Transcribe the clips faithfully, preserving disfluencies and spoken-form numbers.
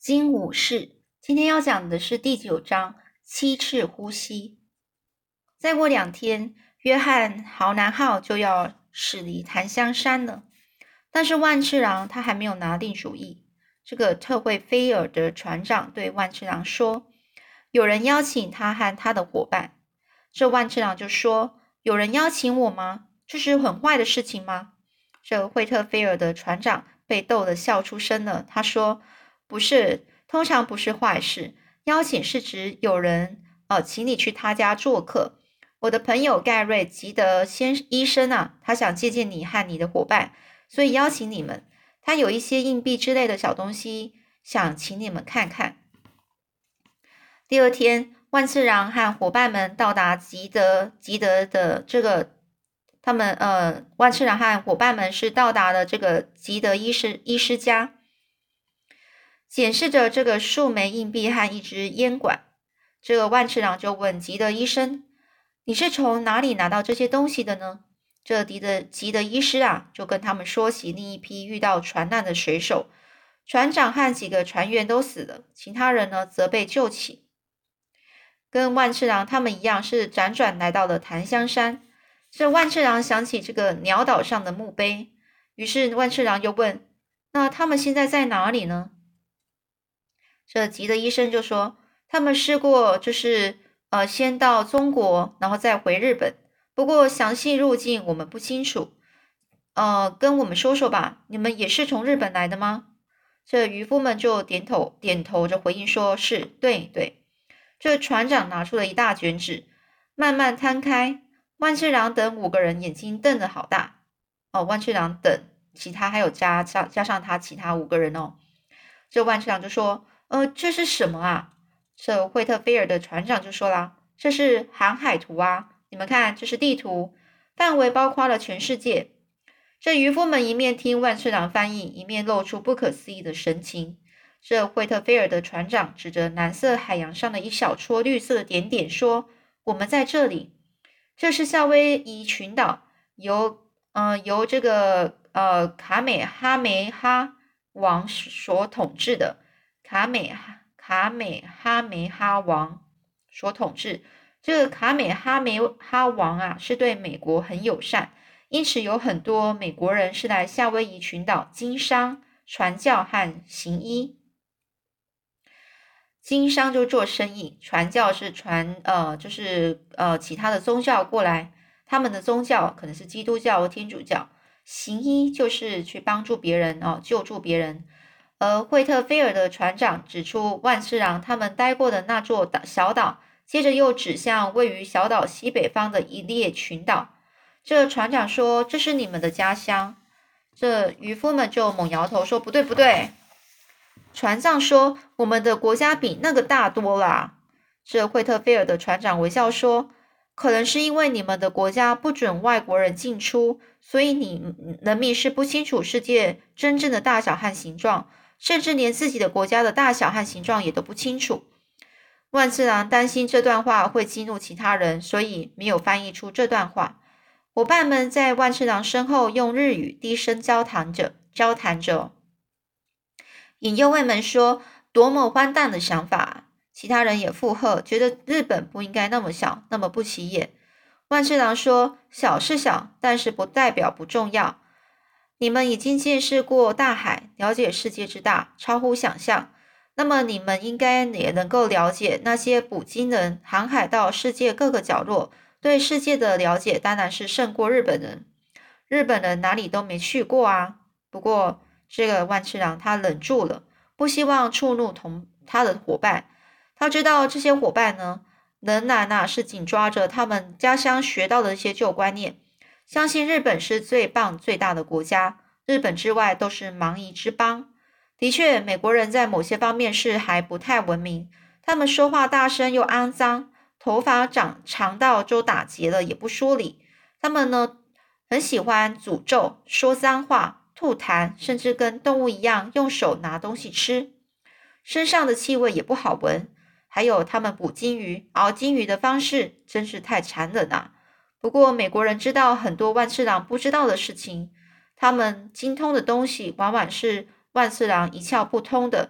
金武士，今天要讲的是第九章七次呼吸。再过两天，约翰豪南号就要驶离檀香山了，但是万次郎他还没有拿定主意。这个特惠菲尔的船长对万次郎说，有人邀请他和他的伙伴。这万次郎就说，有人邀请我吗？这是很坏的事情吗？这惠特菲尔的船长被逗得笑出声了。他说，不是，通常不是坏事。邀请是指有人呃，请你去他家做客。我的朋友盖瑞·吉德先医生啊，他想见见你和你的伙伴，所以邀请你们。他有一些硬币之类的小东西，想请你们看看。第二天，万次郎和伙伴们到达吉德吉德的这个，他们呃，万次郎和伙伴们是到达了这个吉德医师医师家，显示着这个数枚硬币和一支烟管。这个万次郎就问吉德医生：“你是从哪里拿到这些东西的呢？”这吉德吉德医师啊，就跟他们说起另一批遇到船难的水手，船长和几个船员都死了，其他人呢则被救起。跟万次郎他们一样，是辗转来到了檀香山。这万次郎想起这个鸟岛上的墓碑，于是万次郎又问：“那他们现在在哪里呢？”这吉德医生就说：“他们试过，就是呃，先到中国，然后再回日本。不过详细路径我们不清楚。呃，跟我们说说吧，你们也是从日本来的吗？”这渔夫们就点头点头着回应说：“是，对对。”这船长拿出了一大卷纸，慢慢摊开。万次郎等五个人眼睛瞪得好大。哦，万次郎等其他还有加加加上他其他五个人哦。这万次郎就说：“呃，这是什么啊？”这惠特菲尔的船长就说啦：“这是航海图啊，你们看，这是地图，范围包括了全世界。”这渔夫们一面听万次郎翻译，一面露出不可思议的神情。这惠特菲尔的船长指着蓝色海洋上的一小撮绿色的点点说：“我们在这里，这是夏威夷群岛，由呃由这个呃卡美哈梅哈王所统治的。卡美卡美哈梅哈王所统治。这个卡美哈梅哈王啊，是对美国很友善，因此有很多美国人是来夏威夷群岛经商、传教和行医。经商就做生意，传教是传呃就是呃其他的宗教过来，他们的宗教可能是基督教或天主教。行医就是去帮助别人哦，救助别人。而惠特菲尔的船长指出万次郎他们待过的那座小岛，接着又指向位于小岛西北方的一列群岛。这船长说：“这是你们的家乡。”这渔夫们就猛摇头说：“不对，不对。”船长说：“我们的国家比那个大多啦。”这惠特菲尔的船长微笑说：“可能是因为你们的国家不准外国人进出，所以你人民是不清楚世界真正的大小和形状，甚至连自己的国家的大小和形状也都不清楚。”万次郎担心这段话会激怒其他人，所以没有翻译出这段话。伙伴们在万次郎身后用日语低声交谈着，交谈着。引诱卫们说：“多么荒诞的想法！”其他人也附和，觉得日本不应该那么小，那么不起眼。万次郎说：“小是小，但是不代表不重要。你们已经见识过大海，了解世界之大，超乎想象。那么你们应该也能够了解那些捕鲸人航海到世界各个角落，对世界的了解当然是胜过日本人。日本人哪里都没去过啊。不过这个万次郎他忍住了，不希望触怒同他的伙伴。他知道这些伙伴呢，仍然啊是紧抓着他们家乡学到的一些旧观念，相信日本是最棒最大的国家，日本之外都是蛮夷之邦。的确，美国人在某些方面是还不太文明，他们说话大声又肮脏，头发长长到都打结了也不说理。他们呢，很喜欢诅咒、说脏话、吐痰，甚至跟动物一样用手拿东西吃。身上的气味也不好闻，还有他们捕金鱼、熬金鱼的方式真是太残忍了。不过美国人知道很多万次郎不知道的事情，他们精通的东西往往是万次郎一窍不通的。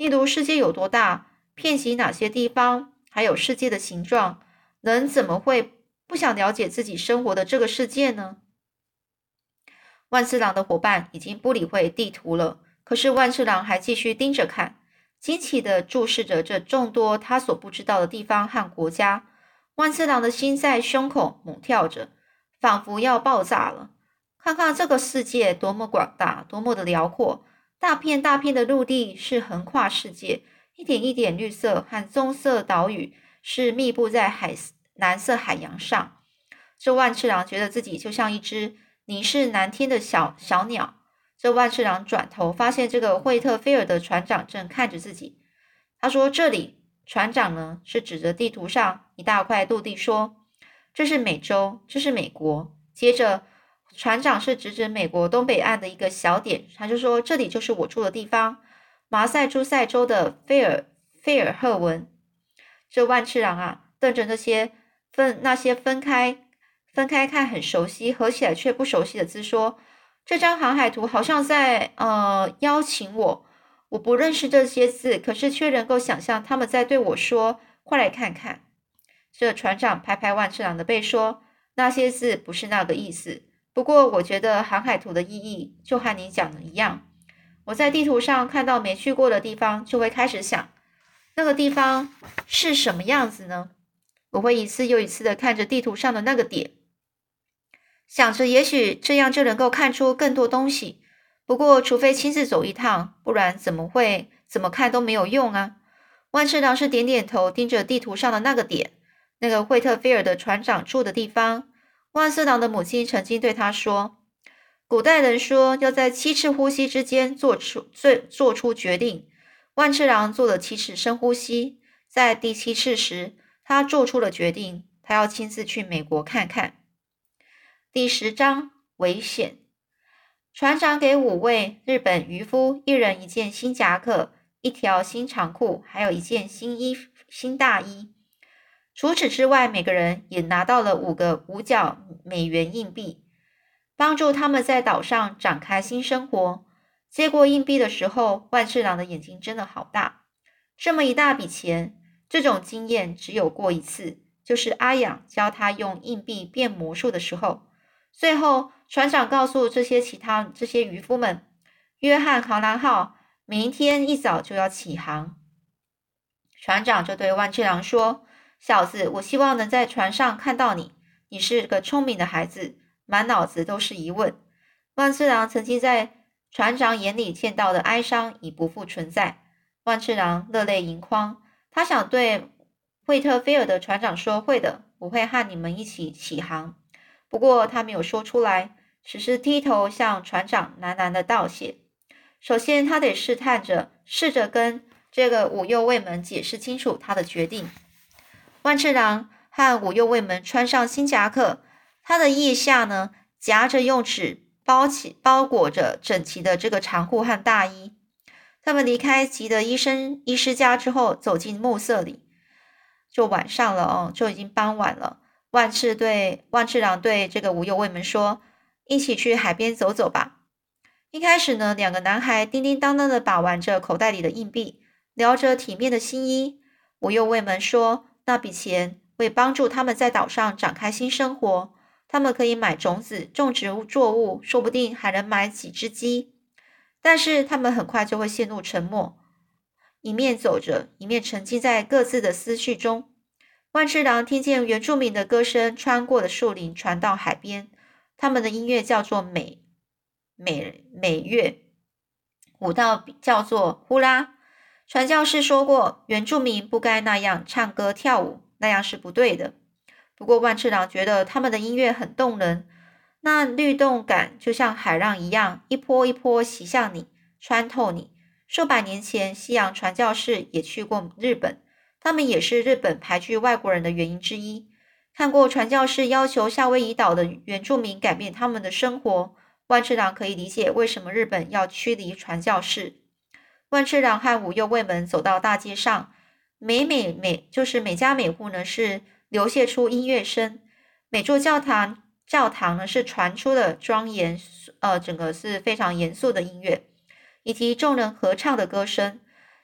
例如世界有多大，遍及哪些地方，还有世界的形状，人怎么会不想了解自己生活的这个世界呢？万次郎的伙伴已经不理会地图了，可是万次郎还继续盯着看，惊奇地注视着这众多他所不知道的地方和国家。万次郎的心在胸口猛跳着，仿佛要爆炸了。看看这个世界多么广大，多么的辽阔，大片大片的陆地是横跨世界，一点一点绿色和棕色岛屿是密布在海蓝色海洋上。这万次郎觉得自己就像一只凝视蓝天的小小鸟。这万次郎转头发现这个惠特菲尔的船长正看着自己。他说：“这里。”船长呢是指着地图上一大块陆地说：“这是美洲，这是美国。”接着船长是指指美国东北岸的一个小点，他就说：“这里就是我住的地方，马赛诸塞州的菲尔菲尔赫文。”这万次郎啊，瞪着那些分那些分开分开看很熟悉，合起来却不熟悉的字说：“这张航海图好像在呃邀请我。我不认识这些字，可是却能够想象他们在对我说：快来看看。”这船长拍拍万次郎的背说：“那些字不是那个意思。不过我觉得航海图的意义就和你讲的一样。我在地图上看到没去过的地方，就会开始想，那个地方是什么样子呢？我会一次又一次的看着地图上的那个点，想着也许这样就能够看出更多东西。不过除非亲自走一趟，不然怎么会怎么看都没有用啊。”万次郎是点点头，盯着地图上的那个点，那个惠特菲尔的船长住的地方。万次郎的母亲曾经对他说：“古代人说要在七次呼吸之间做出做做出决定。”万次郎做了七次深呼吸，在第七次时，他做出了决定，他要亲自去美国看看。第十章危险。船长给五位日本渔夫一人一件新夹克，一条新长裤，还有一件新衣新大衣。除此之外，每个人也拿到了五个五角美元硬币，帮助他们在岛上展开新生活。接过硬币的时候，万次郎的眼睛真的好大。这么一大笔钱，这种经验只有过一次，就是阿养教他用硬币变魔术的时候。最后，船长告诉这些其他这些渔夫们，约翰豪兰号明天一早就要起航。船长就对万次郎说：“小子，我希望能在船上看到你。你是个聪明的孩子，满脑子都是疑问。”万次郎曾经在船长眼里见到的哀伤已不复存在。万次郎热泪盈眶，他想对惠特菲尔的船长说：“会的，我会和你们一起起航。”不过他没有说出来，只是低头向船长喃喃的道谢。首先他得试探着试着跟这个五右卫门解释清楚他的决定。万次郎和五右卫门穿上新夹克，他的腋下呢夹着用纸包起包裹着整齐的这个长裤和大衣。他们离开吉德医生医师家之后，走进暮色里，就晚上了哦，就已经傍晚了。万次对万次郎对这个五右卫门说：“一起去海边走走吧。”一开始呢，两个男孩叮叮当当的把玩着口袋里的硬币，聊着体面的新衣。五右卫门说，那笔钱会帮助他们在岛上展开新生活，他们可以买种子、种植作物，说不定还能买几只鸡。但是他们很快就会陷入沉默，一面走着，一面沉浸在各自的思绪中。万次郎听见原住民的歌声穿过了树林，传到海边。他们的音乐叫做美美美乐，舞蹈叫做呼啦。传教士说过，原住民不该那样唱歌跳舞，那样是不对的。不过万次郎觉得他们的音乐很动人，那律动感就像海浪一样，一波一波袭向你，穿透你。数百年前，西洋传教士也去过日本，他们也是日本排拒外国人的原因之一。看过传教士要求夏威夷岛的原住民改变他们的生活，万次郎可以理解为什么日本要驱离传教士。万次郎和五右卫门走到大街上，每每每就是每家每户呢是流泻出音乐声，每座教堂教堂呢是传出了庄严，呃，整个是非常严肃的音乐，以及众人合唱的歌声。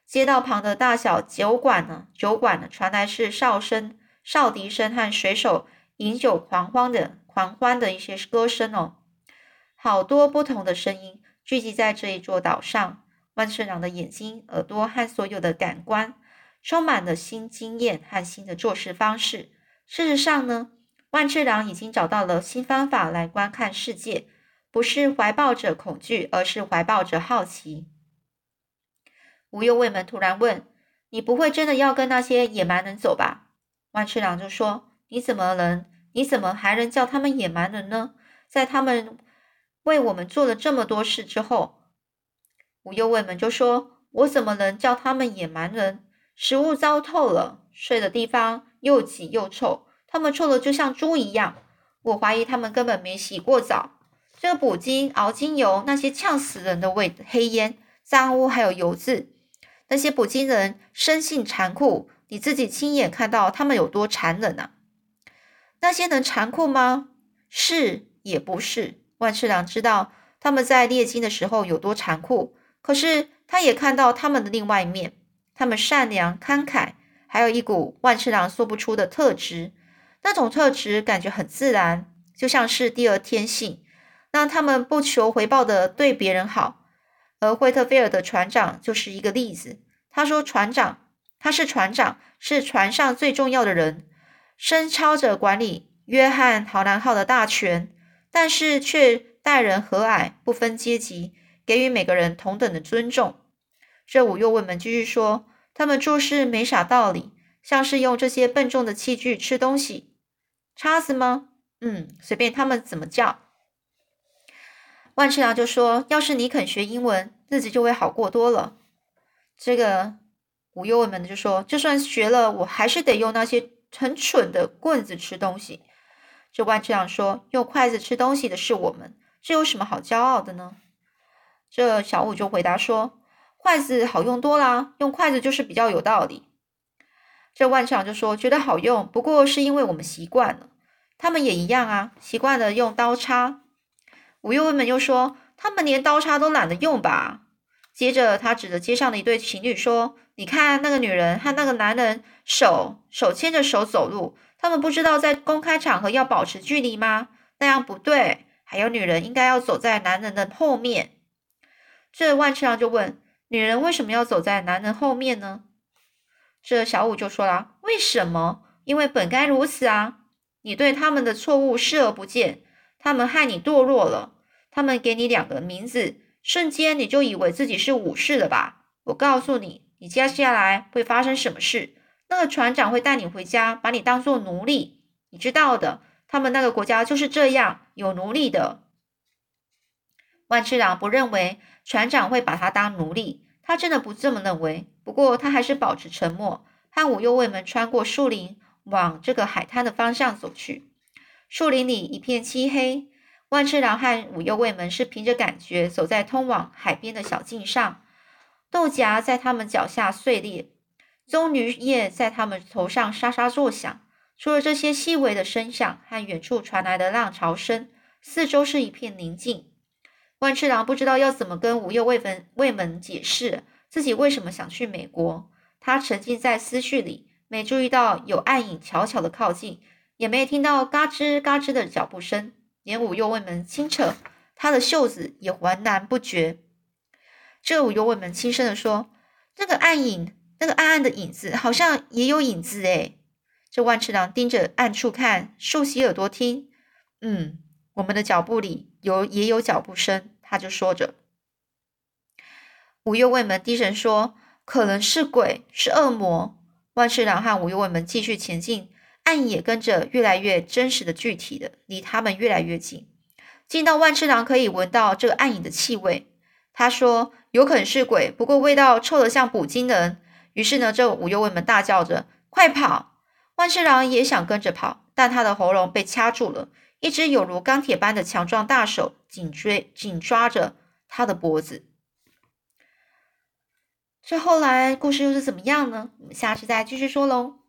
街道旁的大小酒馆呢，酒馆呢传来是哨声、哨笛声和水手饮酒狂欢的狂欢的一些歌声哦。好多不同的声音聚集在这一座岛上。万次郎的眼睛、耳朵和所有的感官充满了新经验和新的做事方式。事实上呢，万次郎已经找到了新方法来观看世界，不是怀抱着恐惧，而是怀抱着好奇。无忧卫门突然问：“你不会真的要跟那些野蛮人走吧？”万次郎就说：“你怎么能？你怎么还能叫他们野蛮人呢？在他们为我们做了这么多事之后。”无忧卫门就说：“我怎么能叫他们野蛮人？食物糟透了，睡的地方又挤又臭，他们臭的就像猪一样。我怀疑他们根本没洗过澡。这个捕鲸、熬精油，那些呛死人的味黑烟、脏污还有油渍，那些捕鲸人生性残酷，你自己亲眼看到他们有多残忍啊！那些人残酷吗？是也不是。万次郎知道他们在猎鲸的时候有多残酷。可是他也看到他们的另外一面，他们善良慷慨，还有一股万次郎说不出的特质。那种特质感觉很自然，就像是第二天性，让他们不求回报的对别人好。而惠特菲尔的船长就是一个例子。他说船长，他是船长，是船上最重要的人，身操着管理约翰豪兰号的大权，但是却待人和蔼，不分阶级，给予每个人同等的尊重。这五右卫门继续说，他们做事没啥道理，像是用这些笨重的器具吃东西。叉子吗？嗯，随便他们怎么叫。万次郎就说，要是你肯学英文，日子就会好过多了。这个五右卫门就说，就算学了，我还是得用那些很蠢的棍子吃东西。这万次郎说，用筷子吃东西的是我们，这有什么好骄傲的呢？这小五就回答说，筷子好用多啦，用筷子就是比较有道理。这万次郎就说，觉得好用，不过是因为我们习惯了，他们也一样啊，习惯了用刀叉。五右卫门又说，他们连刀叉都懒得用吧。接着他指着街上的一对情侣说，你看那个女人和那个男人手手牵着手走路，他们不知道在公开场合要保持距离吗？那样不对，还有女人应该要走在男人的后面。这万次郎就问，女人为什么要走在男人后面呢？这小五就说了，为什么？因为本该如此啊，你对他们的错误视而不见，他们害你堕落了，他们给你两个名字，瞬间你就以为自己是武士了吧？我告诉你，你接下来会发生什么事？那个船长会带你回家，把你当作奴隶，你知道的，他们那个国家就是这样，有奴隶的。万次郎不认为船长会把他当奴隶，他真的不这么认为。不过他还是保持沉默，和五右卫门穿过树林，往这个海滩的方向走去。树林里一片漆黑，万次郎和五右卫门是凭着感觉走在通往海边的小径上，豆荚在他们脚下碎裂，棕榈叶在他们头上沙沙作响。除了这些细微的声响和远处传来的浪潮声，四周是一片宁静。万次郎不知道要怎么跟五右卫门卫门解释自己为什么想去美国。他沉浸在思绪里，没注意到有暗影悄悄的靠近，也没听到嘎吱嘎吱的脚步声，连五右卫门轻扯他的袖子也浑然不觉。这五右卫门轻声的说，那个暗影，那个暗暗的影子好像也有影子诶。这万次郎盯着暗处看，竖起耳朵听，嗯，我们的脚步里有也有脚步声，他就说着。五右卫门低声说，可能是鬼，是恶魔。万次郎和五右卫门继续前进，暗影也跟着越来越真实的具体的离他们越来越近，近到万次郎可以闻到这个暗影的气味。他说有可能是鬼，不过味道臭得像捕鲸人。于是呢，这五右卫门大叫着，快跑！万次郎也想跟着跑，但他的喉咙被掐住了，一只有如钢铁般的强壮大手紧追紧抓着他的脖子。这后来故事又是怎么样呢？我们下次再继续说喽。